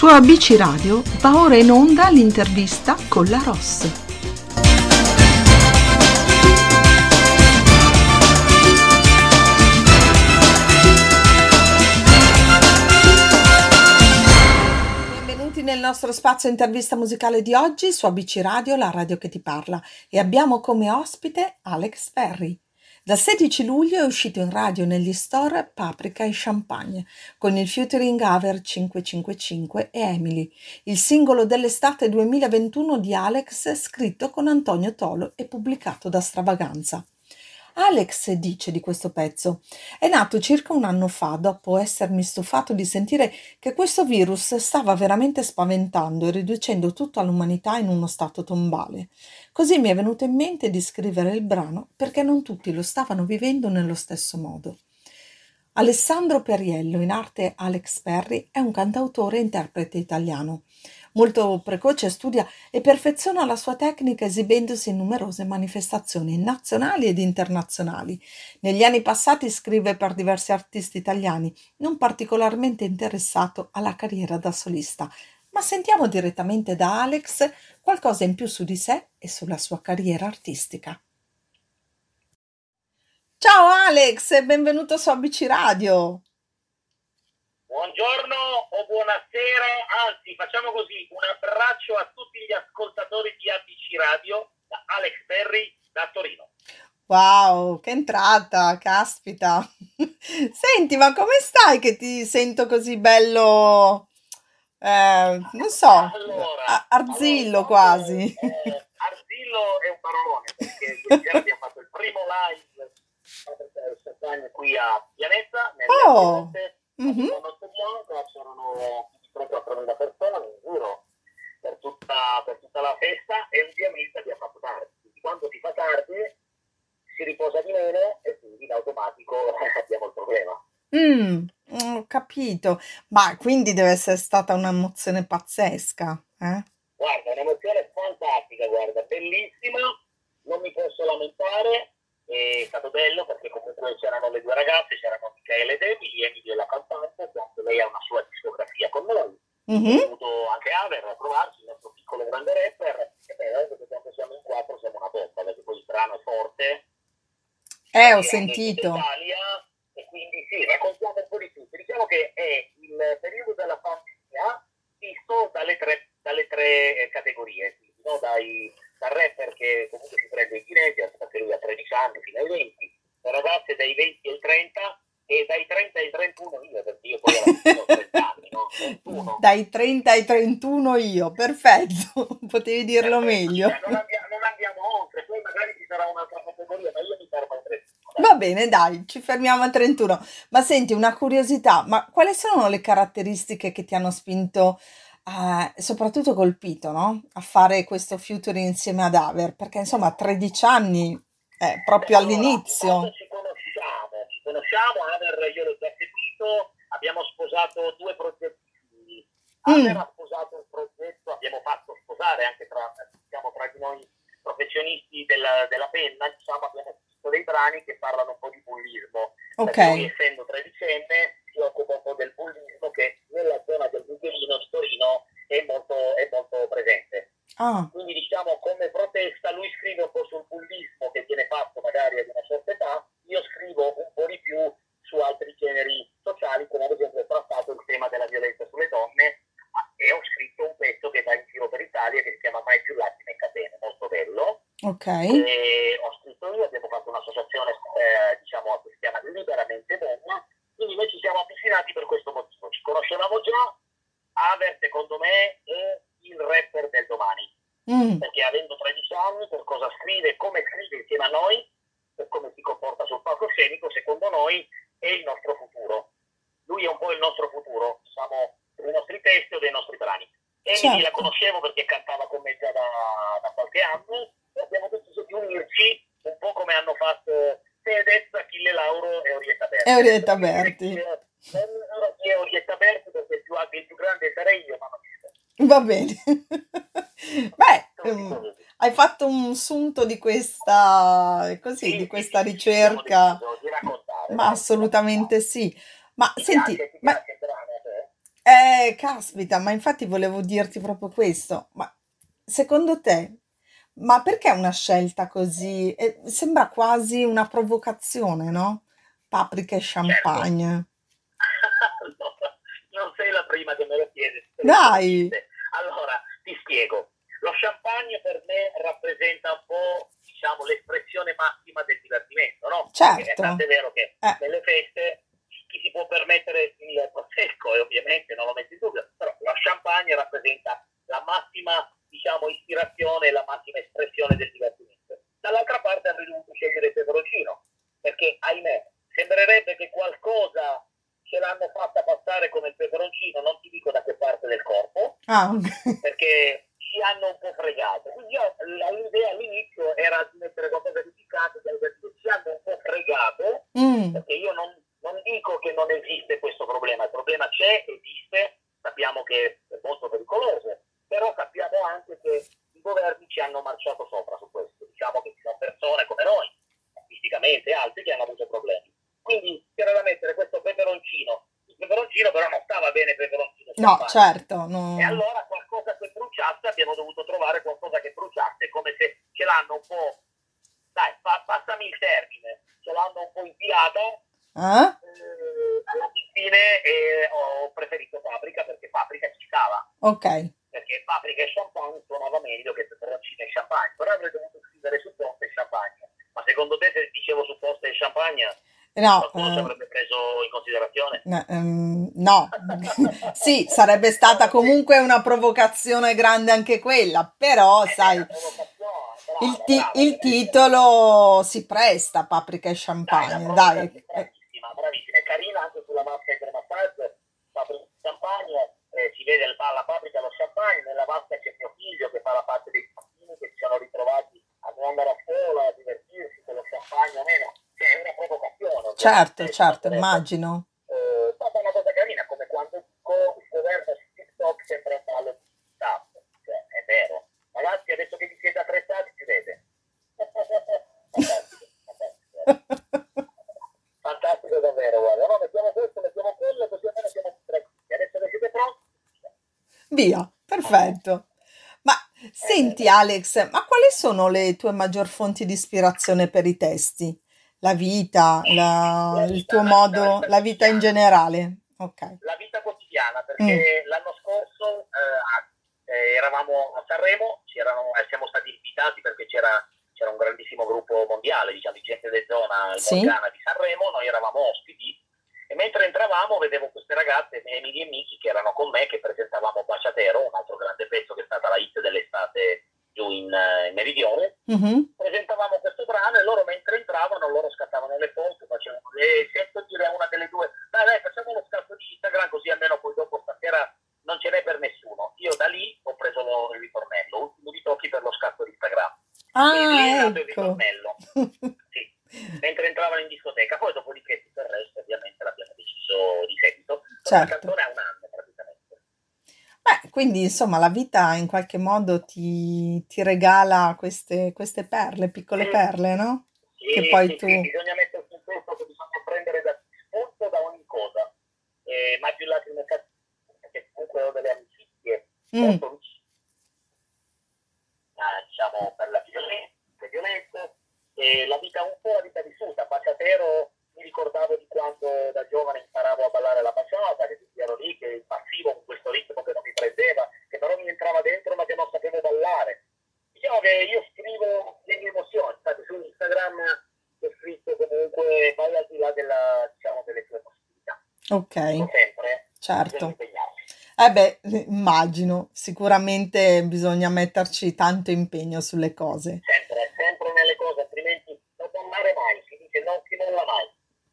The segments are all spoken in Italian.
Su ABC Radio va ora in onda l'intervista con la Ross. Benvenuti nel nostro spazio intervista musicale di oggi su ABC Radio, la radio che ti parla, e abbiamo come ospite Alex Perry. Dal 16 luglio è uscito in radio negli store Paprika e Champagne con il featuring Aver 555 e Emily, il singolo dell'estate 2021 di Alex scritto con Antonio Tolo e pubblicato da Stravaganza. Alex dice di questo pezzo: è nato circa un anno fa, dopo essermi stufato di sentire che questo virus stava veramente spaventando e riducendo tutta l'umanità in uno stato tombale. Così mi è venuto in mente di scrivere il brano perché non tutti lo stavano vivendo nello stesso modo. Alessandro Periello, in arte Alex Perry, è un cantautore e interprete italiano. Molto precoce, studia e perfeziona la sua tecnica esibendosi in numerose manifestazioni nazionali ed internazionali. Negli anni passati scrive per diversi artisti italiani, non particolarmente interessato alla carriera da solista. Ma sentiamo direttamente da Alex qualcosa in più su di sé e sulla sua carriera artistica. Ciao Alex e benvenuto su ABC Radio. Buongiorno o buonasera, anzi facciamo così, un abbraccio a tutti gli ascoltatori di ABC Radio, da Alex Perry da Torino. Wow, che entrata, caspita. Senti, ma come stai che ti sento così bello, non so, arzillo quasi. Arzillo è un parolone, perché ieri sera abbiamo fatto il primo live qui a Pianezza, Oh! C'erano 3-4 persone in giro per tutta la festa e ovviamente abbiamo fatto tardi. Quindi quando si fa tardi si riposa di meno e quindi in automatico abbiamo il problema. Ho capito. Ma quindi deve essere stata un'emozione pazzesca, eh? Guarda, un'emozione fantastica, guarda, bellissima, non mi posso lamentare. È stato bello perché comunque c'erano le due ragazze, c'erano Michele ed Emily è la cantante, quando lei ha una sua discografia con noi. È venuto anche Aver a trovarci, il nostro piccolo grande rapper, e beh, quando siamo in quattro siamo una bomba, perché poi il brano è forte. Ho sentito. Italia, e quindi sì, raccontiamo un po' di tutto. Diciamo che è il periodo della pandemia visto dalle tre categorie, quindi, no? Dal rapper che comunque si prende i teenager, perché lui ha 13 anni fino ai 20, le ragazze dai 20 ai 30 e dai 30 ai 31 io, perché io poi alla fine ho 30 anni, no? 31. Dai 30 ai 31 io, perfetto, potevi dirlo meglio. Non andiamo oltre, poi magari ci sarà un'altra categoria, ma io mi fermo ai 31. Va bene, dai, ci fermiamo a 31. Ma senti, una curiosità, ma quali sono le caratteristiche che ti hanno spinto, soprattutto colpito, no? A fare questo featuring insieme ad Aver? Perché insomma, 13 anni, proprio all'inizio. Ci conosciamo, Aver io l'ho già seguito, abbiamo sposato 2 progetti. Aver ha sposato un progetto, abbiamo fatto sposare anche tra di noi professionisti della penna, diciamo, abbiamo scritto dei brani che parlano un po' di bullismo. Ok. Perché lui, essendo tredicenne, si occupa un po' del bullismo che nella zona del Bugherino di Torino è molto presente. Quindi diciamo come protesta lui scrive un po' sul bullismo che viene fatto magari ad una certa età, io scrivo un po' di più su altri generi sociali, come ad esempio ho trattato il tema della violenza sulle donne e ho scritto un pezzo che va in giro per Italia che si chiama Mai più lacrime e catene, molto bello. Ok. E ho scritto io, abbiamo fatto un'associazione diciamo che si chiama Liberamente Donna, quindi noi ci siamo avvicinati per questo motivo, ci conoscevamo già. Aver secondo me è il rapper del domani, perché avendo 13 anni, per cosa scrive, come scrive insieme a noi, per come si comporta sul palcoscenico, secondo noi è il nostro futuro. Lui è un po' il nostro futuro, diciamo, dei nostri testi o dei nostri brani. Emily la conoscevo perché cantava con me già da qualche anno e abbiamo deciso di unirci un po' come hanno fatto Fedez, Achille Lauro e Orietta Berti. Non chi è Orietta Berti perché il più grande sarei io, ma non c'è. Va bene. Beh, hai fatto un sunto di questa, così, di questa ricerca. Di raccontare, Ma assolutamente sì. Ma senti, ti piace il brano a te? Caspita, ma infatti volevo dirti proprio questo. Ma secondo te, ma perché una scelta così? Sembra quasi una provocazione, no? Paprika e Certo, champagne. allora, non sei la prima che me lo chiede, tutte le Dai, interviste. Allora, ti spiego. Lo champagne per me rappresenta un po', diciamo, l'espressione massima del divertimento, no? Perché è certo. tant'è vero che Eh, nelle feste chi si può permettere il prosecco e ovviamente non lo metto in dubbio, però lo champagne rappresenta la massima, diciamo, ispirazione e la massima espressione del divertimento. Dall'altra parte avrei dovuto scegliere il peperoncino, perché ahimè, sembrerebbe che qualcosa ce l'hanno fatta passare come il peperoncino, non ti dico da che parte del corpo, ah, ok. perché ci hanno un po' fregato. Quindi io, l'idea all'inizio era di mettere qualcosa di piccante, ci hanno un po' fregato, Mm, perché io non dico che non esiste questo problema, il problema c'è, esiste, sappiamo che è molto pericoloso, però sappiamo anche che i governi ci hanno marciato sopra su questo. Diciamo che ci sono persone come noi, artisticamente altri, che hanno avuto problemi. Quindi c'era da mettere questo peperoncino. Il peperoncino però non stava bene peperoncino no, champagne. certo, E no. allora qualcosa che bruciasse, abbiamo dovuto trovare qualcosa che bruciasse, come se ce l'hanno un po', dai, passami il termine, ce l'hanno un po' inviata, Eh? alla fine ho preferito Paprika perché Paprika ci stava, Ok. perché Paprika e Champagne suonava meglio che peperoncino e Champagne, però avrei dovuto scrivere su posta e Champagne. Ma secondo te se dicevo su posta e Champagne No, qualcuno ci avrebbe preso in considerazione? no. Sì, sarebbe stata comunque una provocazione grande anche quella, però, Beh, sai, la provocazione, brava, brava, il ovviamente. titolo si presta, Paprika e Dai, la Champagne, dai. provocazione, bravissima, bravissima, è carina anche sulla vasca e cremasaggio, paprika e champagne, si vede la paprika e lo champagne, nella vasca c'è mio figlio che fa la parte dei bambini che si sono ritrovati a non andare a scuola, a divertirsi con lo champagne o meno, cioè è una provocazione Certo, ovviamente, ci certo, mancherebbe. immagino. È stata una cosa carina, come quando dico il governo su TikTok sembra un ballo di TikTok, cioè è vero. Ragazzi, adesso che vi siete attrezzati, si vede. Fantastico, fantastico. Fantastico davvero, guarda. No, mettiamo questo, mettiamo quello, così almeno siamo più tranquilli. Adesso che siete pronti? Via, Fantastico. perfetto. Ma Beh, senti beh. Alex, ma quali sono le tue maggior fonti di ispirazione per i testi? La vita, il tuo La modo, vita la vita in quotidiana. generale? Ok. La vita quotidiana, Mm, perché l'anno scorso eravamo a Sanremo, siamo stati invitati perché c'era un grandissimo gruppo mondiale, diciamo, di gente di zona, il sì? Morgana di Sanremo, noi eravamo ospiti e mentre entravamo vedevo queste ragazze, Emily e Miki, che erano con me, che presentavamo Baciatero, un altro grande pezzo che è stata la hit dell'estate giù in Meridione. Mhm. Presentavamo questo brano e loro mentre entravano loro scattavano le foto, facevano sento dire a una delle due dai facciamo uno scatto di Instagram così almeno poi dopo stasera non ce n'è per nessuno. Io da lì ho preso il ritornello, ultimo di tocchi per lo scatto di Instagram. Quindi lì è Ah, nato il ecco. ritornello. Sì, mentre entravano in discoteca, poi dopodiché tutto il resto ovviamente l'abbiamo deciso di seguito. Però la Certo. canzone ha un anno praticamente. Beh, quindi insomma la vita in qualche modo ti regala queste perle, piccole Sì, perle, no? Che sì, poi sì, sì, tu... bisogna mettersi in testa che bisogna prendere da spunto da ogni cosa. Ma più lacrime perché comunque ho delle amicizie Mm, molto vicine, diciamo, per la violenza, e la vita un po' la vita vissuta. Baciatero mi ricordavo di quando da giovane imparavo a ballare la baciata, che tutti ero lì, che impazzivo con questo ritmo che non mi prendeva, che però mi entrava dentro ma che non sapevo ballare. Diciamo che io scrivo le mie emozioni, infatti su Instagram ho scritto comunque vai al di là diciamo, delle tue possibilità. ok, Dico sempre, bisogna certo. impegnarsi. Eh beh, immagino, sicuramente bisogna metterci tanto impegno sulle cose. Sempre, sempre nelle cose, altrimenti non mollare mai, si dice non si molla mai.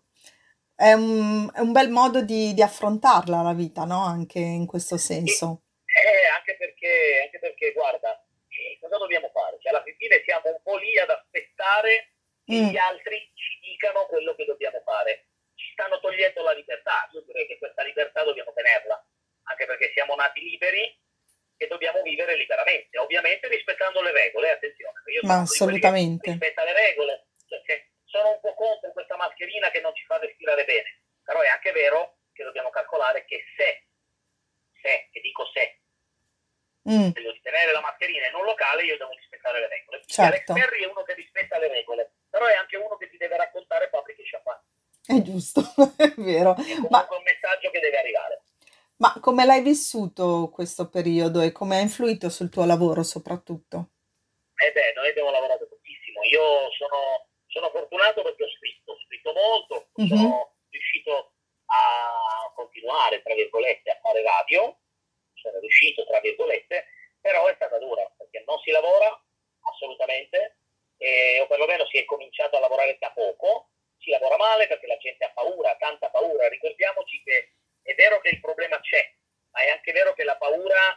È un bel modo di affrontarla la vita, no? Anche in questo Sì, senso. anche perché guarda, cosa dobbiamo fare? Cioè, alla fine siamo un po' lì ad aspettare che gli Mm, altri ci dicano quello che dobbiamo fare. Ci stanno togliendo la libertà, io direi che questa libertà dobbiamo tenerla, anche perché siamo nati liberi e dobbiamo vivere liberamente, ovviamente rispettando le regole, attenzione, io ma sono uno di quelli che assolutamente. rispetta le regole, cioè, sono un po' contro questa mascherina che non ci fa respirare bene, però è anche vero che dobbiamo calcolare che se che dico se, Mm, voglio di tenere la mascherina in un locale, io devo rispettare le regole. Quindi Alex certo, Perry è uno che rispetta le regole, però è anche uno che ti deve raccontare fabbriche e champagne. è giusto, è vero. È Ma, comunque un messaggio che deve arrivare. ma come l'hai vissuto questo periodo e come ha influito sul tuo lavoro soprattutto? E beh, noi abbiamo lavorato pochissimo. Io sono fortunato perché ho scritto molto, Mhm. sono riuscito a continuare, tra virgolette, a fare radio, sono riuscito, tra virgolette, però è stata dura, perché non si lavora assolutamente, o perlomeno si è cominciato a lavorare da poco, si lavora male perché la gente ha paura, tanta paura. Ricordiamoci che è vero che il problema c'è, ma è anche vero che la paura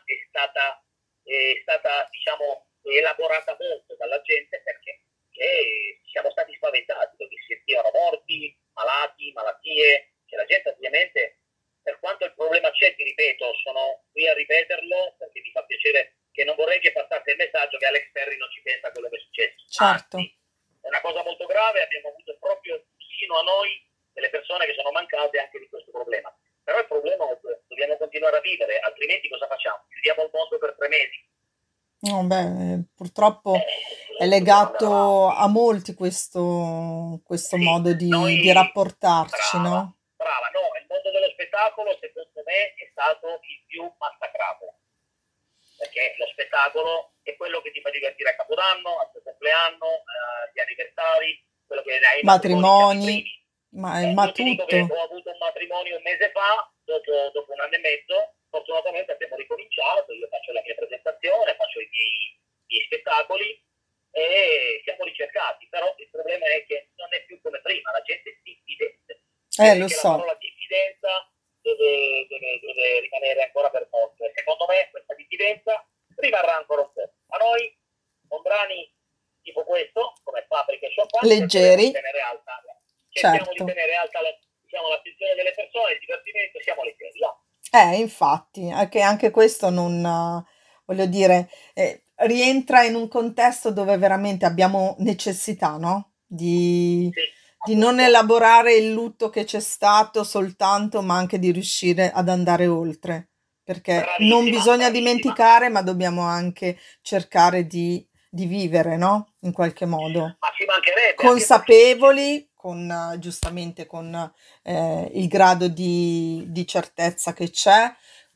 è stata diciamo, elaborata molto dalla gente perché siamo stati spaventati perché si sentivano morti, malati, malattie, che la gente ovviamente, per quanto il problema c'è, ti ripeto, sono qui a ripeterlo perché mi fa piacere che non vorrei che passasse il messaggio che Alex Perry non ci pensa a quello che è successo. Certo. Anzi, è una cosa molto grave, abbiamo avuto proprio vicino a noi delle persone che sono mancate anche di questo problema. Però il problema è che dobbiamo continuare a vivere, altrimenti cosa facciamo? Chiudiamo il mondo per 3 mesi. No, beh, purtroppo è Dobbiamo andare legato a avanti. molti questo Sì, modo di noi, rapportarci, brava, no? brava, no, il mondo dello spettacolo secondo me è stato il più massacrato, perché lo spettacolo è quello che ti fa divertire a Capodanno, al tuo compleanno, agli anniversari, quello che ai matrimoni siamo i Matrimoni, primi. ma Io ti dico che tutto. ho avuto un matrimonio un mese fa, dopo 1 anno e mezzo, fortunatamente abbiamo ricominciato, io faccio la mia presentazione, faccio i miei spettacoli e siamo ricercati, però il problema è che non è più come prima, la gente è diffidente. Direi Lo che la so. parola diffidenza deve rimanere ancora per molto e secondo me questa diffidenza rimarrà ancora un po'. A noi, con brani tipo questo, come Fabbrica e Champagne, cercheremo di Leggeri, tenere alta, cerchiamo di certo. tenere alta diciamo, l'attenzione delle persone, il divertimento, siamo leggeri, là. Infatti, anche questo non, voglio dire, rientra in un contesto dove veramente abbiamo necessità, no? Sì, Di non appunto. elaborare il lutto che c'è stato soltanto, ma anche di riuscire ad andare oltre, perché non Bravissima, bisogna bravissima. dimenticare, ma dobbiamo anche cercare di vivere, no? In qualche modo. Ma ci mancherebbe, anche perché Consapevoli, giustamente con il grado di certezza che c'è,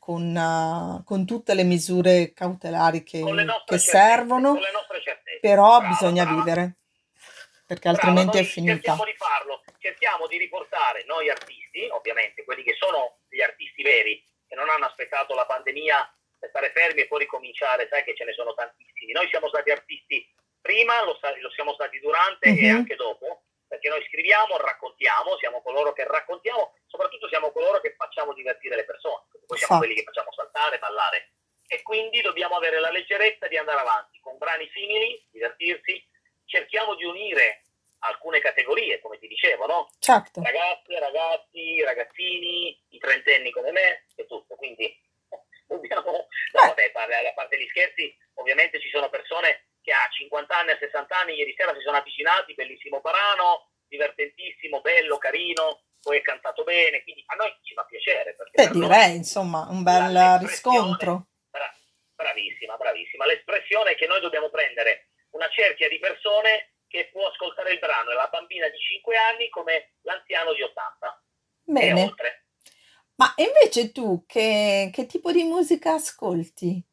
con tutte le misure cautelari che con servono, le nostre certezze. però Brava, bisogna brava. vivere, perché Brava, altrimenti è noi finita. cerchiamo di farlo, cerchiamo di riportare noi artisti, ovviamente quelli che sono gli artisti veri, che non hanno aspettato la pandemia per stare fermi e poi ricominciare, sai che ce ne sono tantissimi. Noi siamo stati artisti prima, lo siamo stati durante e Mhm. anche dopo, perché noi scriviamo, raccontiamo, siamo coloro che raccontiamo, soprattutto siamo coloro che facciamo divertire le persone, perché poi siamo quelli che Infatti, facciamo saltare, ballare. E quindi dobbiamo avere la leggerezza di andare avanti con brani simili, divertirsi, cerchiamo di unire alcune categorie, come ti dicevo, no? certo. Ragazze, ragazzi, ragazzini, i trentenni come me e tutto. Quindi dobbiamo, no, Beh, vabbè, a parte gli scherzi, ovviamente ci sono persone che a 50 anni, a 60 anni, ieri sera si sono avvicinati, bellissimo brano, divertentissimo, bello, carino, poi è cantato bene, quindi a noi ci fa piacere, perché beh, per noi direi, insomma, un bel l'espressione, riscontro. bravissima, bravissima, l'espressione è che noi dobbiamo prendere una cerchia di persone che può ascoltare il brano, e la bambina di 5 anni come l'anziano di 80 e Bene. oltre. Ma invece tu che tipo di musica ascolti?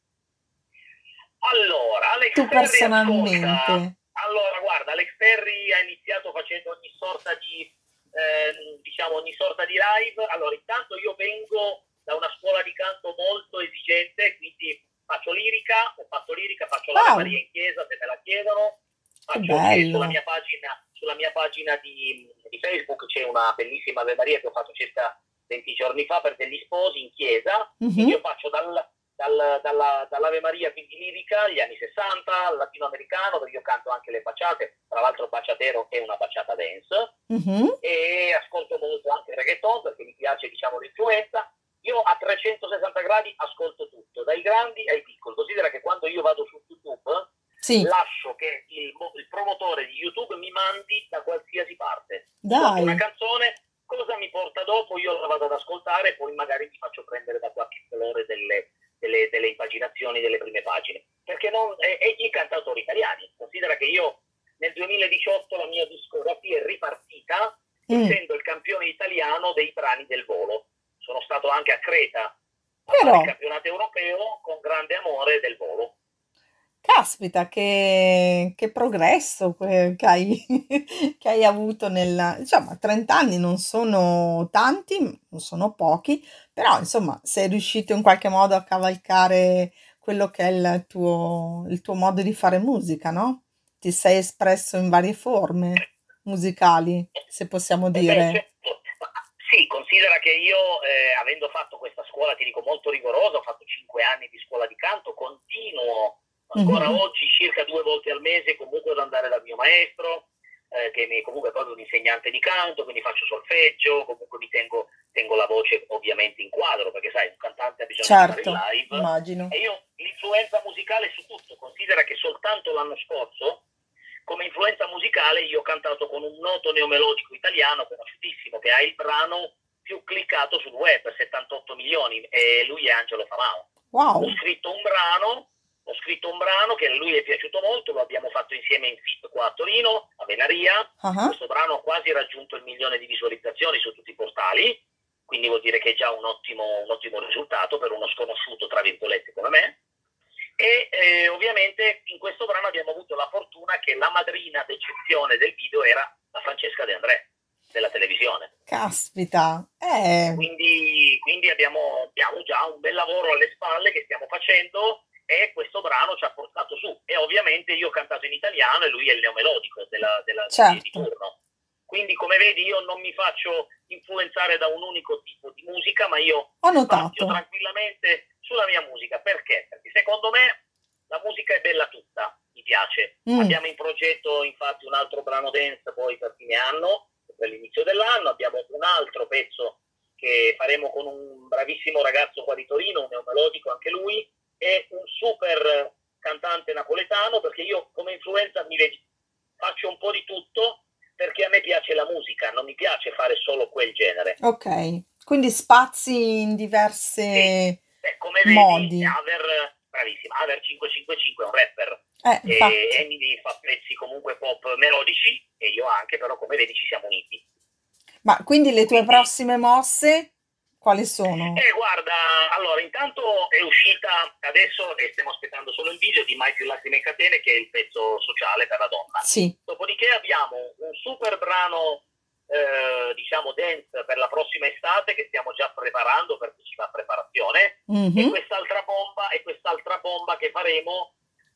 Allora, Alex Tu Perry ascolta. personalmente? Allora, guarda, Alex Perry ha iniziato facendo diciamo, ogni sorta di live. Allora, intanto io vengo da una scuola di canto molto esigente, quindi ho fatto lirica, faccio l'Ave Wow, Maria in chiesa se me la chiedono, che c'è bello. sulla mia pagina di Facebook c'è una bellissima Ave Maria che ho fatto circa 20 giorni fa per degli sposi in chiesa, quindi Mhm, io faccio dall'Ave Maria, quindi lirica, gli anni 60, latinoamericano, perché io canto anche le baciate, tra l'altro baciatero è una baciata dance, mhm. e ascolto molto anche il reggaeton perché mi piace, diciamo, l'influenza. Io a 360 gradi ascolto tutto, dai grandi ai piccoli. Considera che quando io vado su YouTube Sì, lascio che il promotore di YouTube mi mandi da qualsiasi parte. Ascolto una dai. canzone, cosa mi porta dopo, io la vado ad ascoltare e poi magari mi faccio prendere da qualche colore 2018 la mia discografia è ripartita, Mm. essendo il campione italiano dei brani del volo. Sono stato anche a Creta a fare il Però, campionato europeo con grande amore del volo. caspita, che progresso che hai, che hai avuto nella... Insomma, 30 anni non sono tanti, non sono pochi, però insomma sei riuscito in qualche modo a cavalcare quello che è il tuo modo di fare musica, no? Ti sei espresso in varie forme musicali, se possiamo E beh, dire. certo. Ma, sì, considera che io, avendo fatto questa scuola, ti dico, molto rigorosa, ho fatto 5 anni di scuola di canto, continuo ancora Mhm. oggi circa 2 volte al mese comunque ad andare dal mio maestro, comunque è proprio un insegnante di canto, quindi faccio solfeggio, comunque tengo la voce ovviamente in quadro, perché sai, un cantante ha bisogno di fare il Certo, live, immagino. e io l'influenza musicale su tutto, considera che soltanto l'anno scorso come influenza musicale io ho cantato con un noto neomelodico italiano conosciutissimo che ha il brano più cliccato sul web, 78 milioni, e lui è Angelo Famao. Ho Wow. scritto un brano, ho scritto un brano che a lui è piaciuto molto, lo abbiamo fatto insieme in fit qua a Torino, a Venaria. Ah ah. Questo brano ha quasi raggiunto il 1 milione di visualizzazioni su tutti i portali, quindi vuol dire che è già un ottimo risultato per uno sconosciuto, tra virgolette, come me. E ovviamente in questo brano abbiamo avuto la fortuna che la madrina d'eccezione del video era la Francesca De André della televisione. Caspita, Quindi abbiamo già un bel lavoro alle spalle che stiamo facendo e questo brano ci ha portato su. E ovviamente io ho cantato in italiano e lui è il neomelodico di certo, turno. Quindi come vedi io non mi faccio influenzare da un unico tipo di musica, ma io ho spazio notato. tranquillamente sulla mia musica. Perché? Perché secondo me la musica è bella tutta, mi piace. Mm, Abbiamo in progetto infatti un altro brano dance poi per fine anno, per l'inizio dell'anno, abbiamo un altro pezzo che faremo con un bravissimo ragazzo qua di Torino, un neomelodico anche lui, e un super cantante napoletano, perché io come influenza faccio un po' di tutto, perché a me piace la musica, non mi piace fare solo quel genere. ok, quindi spazi in Sì, diversi come vedi, modi. bravissima, Aver 555 è un rapper Infatti. e mi fa pezzi comunque pop melodici e io anche, però come vedi ci siamo uniti. Ma quindi le tue Quindi prossime mosse quali sono? guarda, allora intanto è uscita adesso e stiamo aspettando solo il video di Mai più lacrime e catene, che è il pezzo sociale per la donna. Sì. Dopodiché abbiamo un super brano, diciamo, dance per la prossima estate che stiamo già preparando perché ci fa preparazione, Mhm. e quest'altra bomba che faremo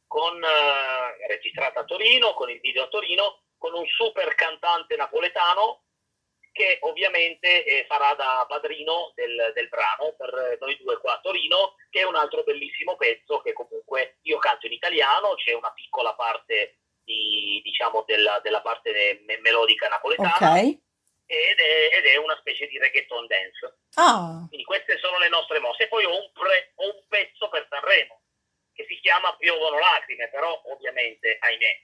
registrata a Torino, con il video a Torino, con un super cantante napoletano che ovviamente farà da padrino del brano per noi due qua a Torino, che è un altro bellissimo pezzo che comunque io canto in italiano, c'è una piccola parte diciamo, della parte melodica Ok. napoletana ed è una specie di reggaeton dance. Ah, Quindi queste sono le nostre mosse. E poi ho un pezzo per Sanremo che si chiama Piovono lacrime, però ovviamente, ahimè,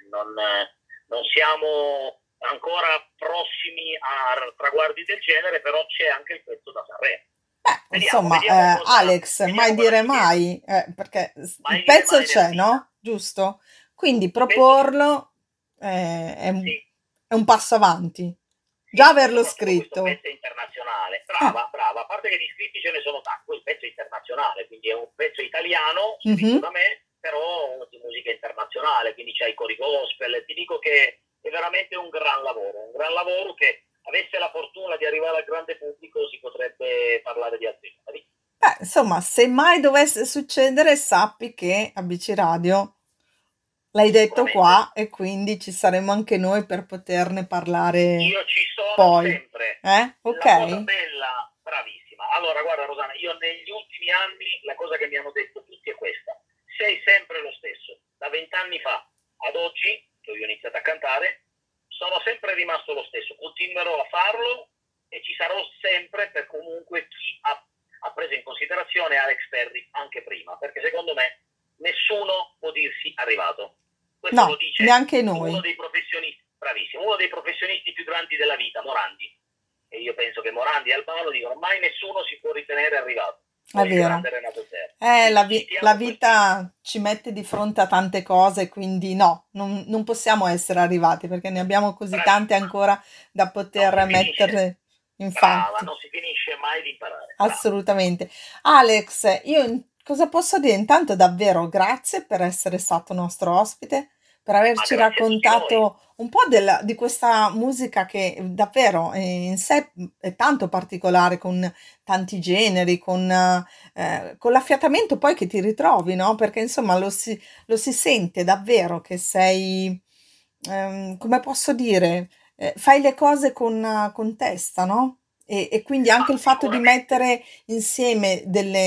non siamo ancora prossimi a traguardi del genere, però c'è anche il pezzo da Sanremo. Vediamo, insomma, mai vediamo cosa dire ci viene. mai, perché il Mai dire pezzo mai nella c'è, vita. no? Giusto? Quindi Il pezzo c'è. proporlo, Sì, è un passo avanti. sì, Già e poi averlo soprattutto questo scritto. pezzo è internazionale. Eh, Brava, brava. A parte che di scritti ce ne sono tanti, poi il pezzo è internazionale, quindi è un pezzo italiano scritto mhm. da me, però di musica internazionale, quindi c'è i cori gospel. Ti dico che è veramente un gran lavoro che avesse la fortuna di arrivare al grande pubblico si potrebbe parlare di altri numeri. Insomma, se mai dovesse succedere, sappi che a BC Radio l'hai detto Sicuramente. qua e quindi ci saremo anche noi per poterne parlare Io ci sono poi. sempre. La cosa Ok? bella, bravissima. Allora, guarda Rosana, io negli ultimi anni la cosa che mi hanno detto tutti è questa. Sei sempre lo stesso. Da 20 anni fa ad oggi, che io ho iniziato a cantare, sono sempre rimasto lo stesso. Continuerò a farlo e ci sarò sempre per comunque chi ha preso in considerazione Alex Perry anche prima, perché secondo me nessuno può dirsi arrivato. Questo lo No, dice neanche uno noi. dei professionisti, bravissimo, uno dei professionisti più grandi della vita, Morandi. E io penso che Morandi e Albano dicono mai nessuno si può ritenere arrivato. è il vero. grande Renato Zero. La, Quindi ci la stiamo così. vita ci mette di fronte a tante cose, quindi no, non possiamo essere arrivati perché ne abbiamo così tante Bravissima, ancora da non si poter finisce, mettere, brava, infatti. non si finisce mai di imparare, brava. Assolutamente. Alex, cosa posso dire? Intanto davvero grazie per essere stato nostro ospite, per Ma averci grazie a tutti voi. raccontato un po' di questa musica che davvero in sé è tanto particolare, con tanti generi, con l'affiatamento poi che ti ritrovi, no? Perché insomma lo si sente davvero che sei, come posso dire, fai le cose con testa, no? E quindi Ma anche il fatto di sicuramente, mettere insieme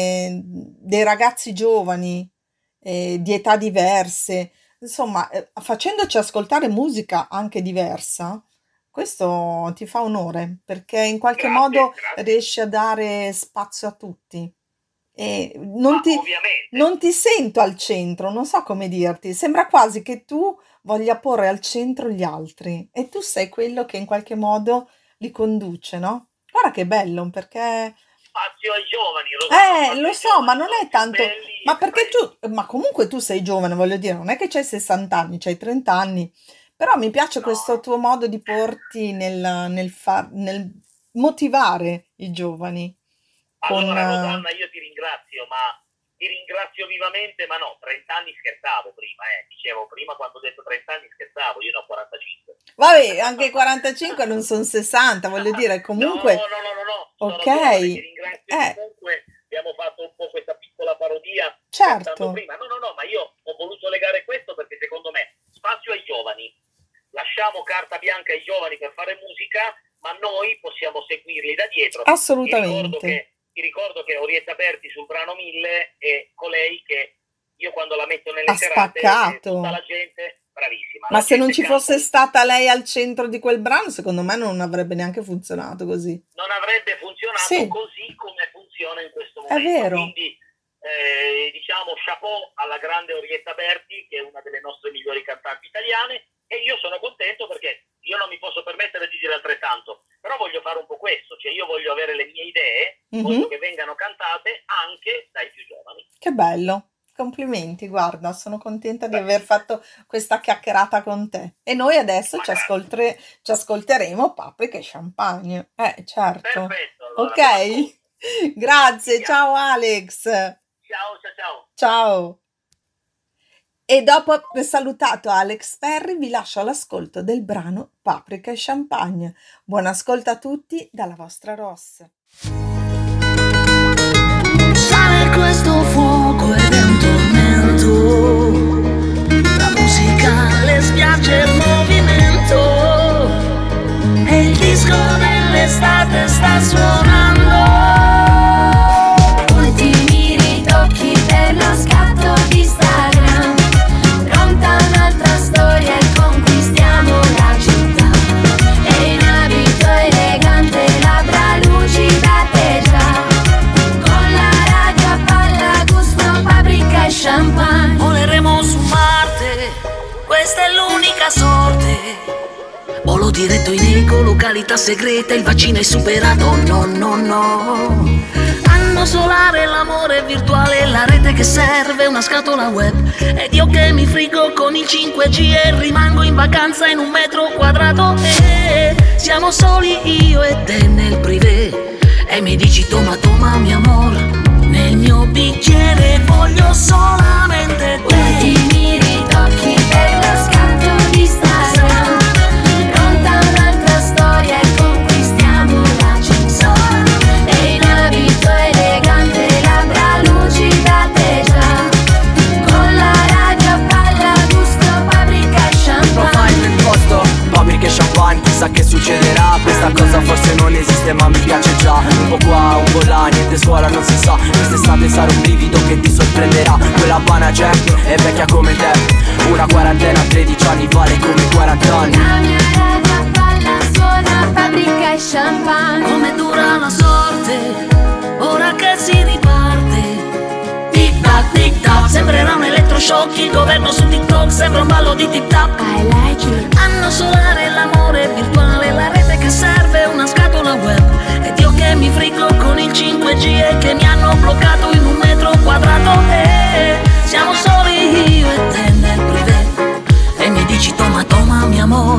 dei ragazzi giovani, di età diverse, insomma, facendoci ascoltare musica anche diversa, questo ti fa onore, perché in qualche grazie, modo grazie. riesci a dare spazio a tutti. E Ma ovviamente, non ti sento al centro, non so come dirti, sembra quasi che tu voglia porre al centro gli altri e tu sei quello che in qualche modo li conduce, no? Guarda che bello, perché spazio ai giovani, Rosanna, spazio lo ai so, ma giovani, non sono è i più tanto, belli e ma più perché freschi. ma comunque tu sei giovane, voglio dire, non è che c'hai 60 anni, c'hai 30 anni, però mi piace No, questo no. tuo modo di porti nel motivare i giovani con, Allora, Rosanna, io ti ringrazio, ma ti ringrazio vivamente, ma no, 30 anni scherzavo prima, dicevo prima quando ho detto 30 anni scherzavo, io ne ho 45. vabbè, anche 45 non sono 60, voglio dire, No, comunque, no, no, no, no, ok, sono giovane, ti ringrazio comunque, abbiamo fatto un po' questa piccola parodia scherzando certo, prima. No, no, no, ma io ho voluto legare questo perché secondo me spazio ai giovani, lasciamo carta bianca ai giovani per fare musica, ma noi possiamo seguirli da dietro. assolutamente, Ti ricordo che Orietta Berti sul brano 1000 è colei che io quando la metto ha nelle serate, tutta spaccato. la gente, bravissima, Ma la se non gente ci canta fosse stata lei al centro di quel brano, secondo me non avrebbe neanche funzionato così. non avrebbe funzionato Sì, così come funziona in questo è momento. vero. Quindi diciamo chapeau alla grande Orietta Berti, che è una delle nostre migliori cantanti italiane, e io sono contento perché io non mi posso permettere di dire altrettanto, però voglio fare un po' questo, cioè io voglio avere le mie idee, voglio Mhm. che vengano cantate anche dai più giovani. Che bello. Complimenti, guarda, sono contenta di aver Bravissima, fatto questa chiacchierata con te. E noi adesso ma grazie. ci ascolteremo Paprika e Champagne. Certo. Perfetto, allora, buon Ok. ascolto. Mi Grazie, ciao piace. Alex. Ciao, ciao, ciao. Ciao. E dopo aver salutato Alex Perry, vi lascio all'ascolto del brano Paprika e Champagne. Buon ascolto a tutti dalla vostra Ross. Sale questo fuoco ed è un tormento. La musica, le spiagge, il movimento. E il disco dell'estate sta suonando. Ultimi ritocchi per lo scatto di Instagram. Pronta un'altra storia e conquistiamo la città. E in abito elegante, labbra lucidate già. Con la radio a palla, gusto, paprika e champagne. Voleremo su Marte, questa è l'unica sorte. Volo diretto in eco, località segreta, il vaccino è superato, no, no, no. Anno solare, l'amore virtuale, la rete che serve, una scatola web. Ed io che mi frigo con il 5G e rimango in vacanza in un metro quadrato. Siamo soli io e te nel privé. E mi dici toma, toma, mio amor. Nel mio bicchiere voglio solamente te. Ultimi ritocchi per lo scatto di Instagram. Pronta un'altra storia e conquistiamo la città. E in abito elegante, labbra lucidate già. Con la radio a palla, gusto, paprika e champagne. Profile nel posto, paprika e champagne, chissà che succederà. Questa cosa forse non esiste ma mi piace già. Un po' qua, un po' là, niente scuola non si sa. Quest'estate sarà un brivido che ti sorprenderà. Quella Habana Jack è vecchia come te. Una quarantena a 13 anni vale come 40 anni. La mia radio a palla suona paprika e champagne. Come dura la sorte, ora che si riparte. Tic tac, tic tac, sembrerà un elettroshock. Il governo su TikTok sembra un ballo di tip tap. I like it. Anno solare, l'amore virtuale, la rete che serve, una scatola web. Ed io che mi frigo con il 5G e che mi hanno bloccato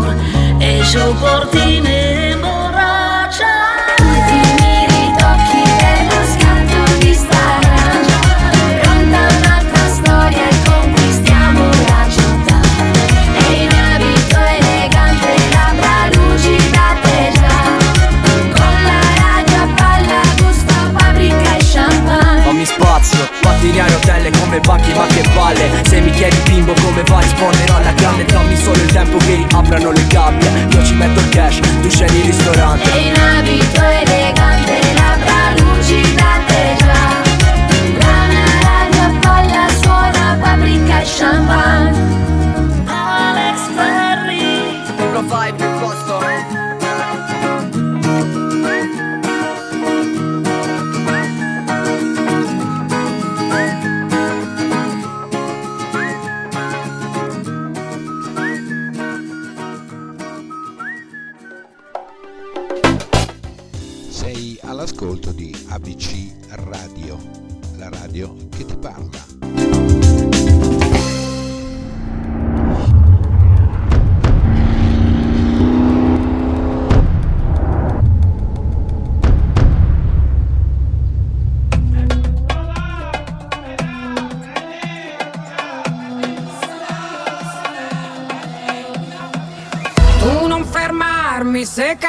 amor e yo por ti me emborracho. Ti miri, tocchi per lo scatto di Instagram. Pronta un'altra storia e conquistiamo la città. E in abito elegante, labbra lucidate già. Con la radio a palla, gusto, paprika e champagne. Fammi spazio, pattini a rotelle come banchi ma che palle. Se mi chiedi bimbo come va risponderò alla grande. Dammi solo il tempo che riaprano le gabbie. Io ci metto il cash, tu scegli il ristorante. E in abito elegante, labbra lucidate già. La mia radio a palla suona paprika e champagne. Alex Perry. Lo fai più costo. Sei all'ascolto di ABC Radio, la radio che ti parla. Tu non fermarmi se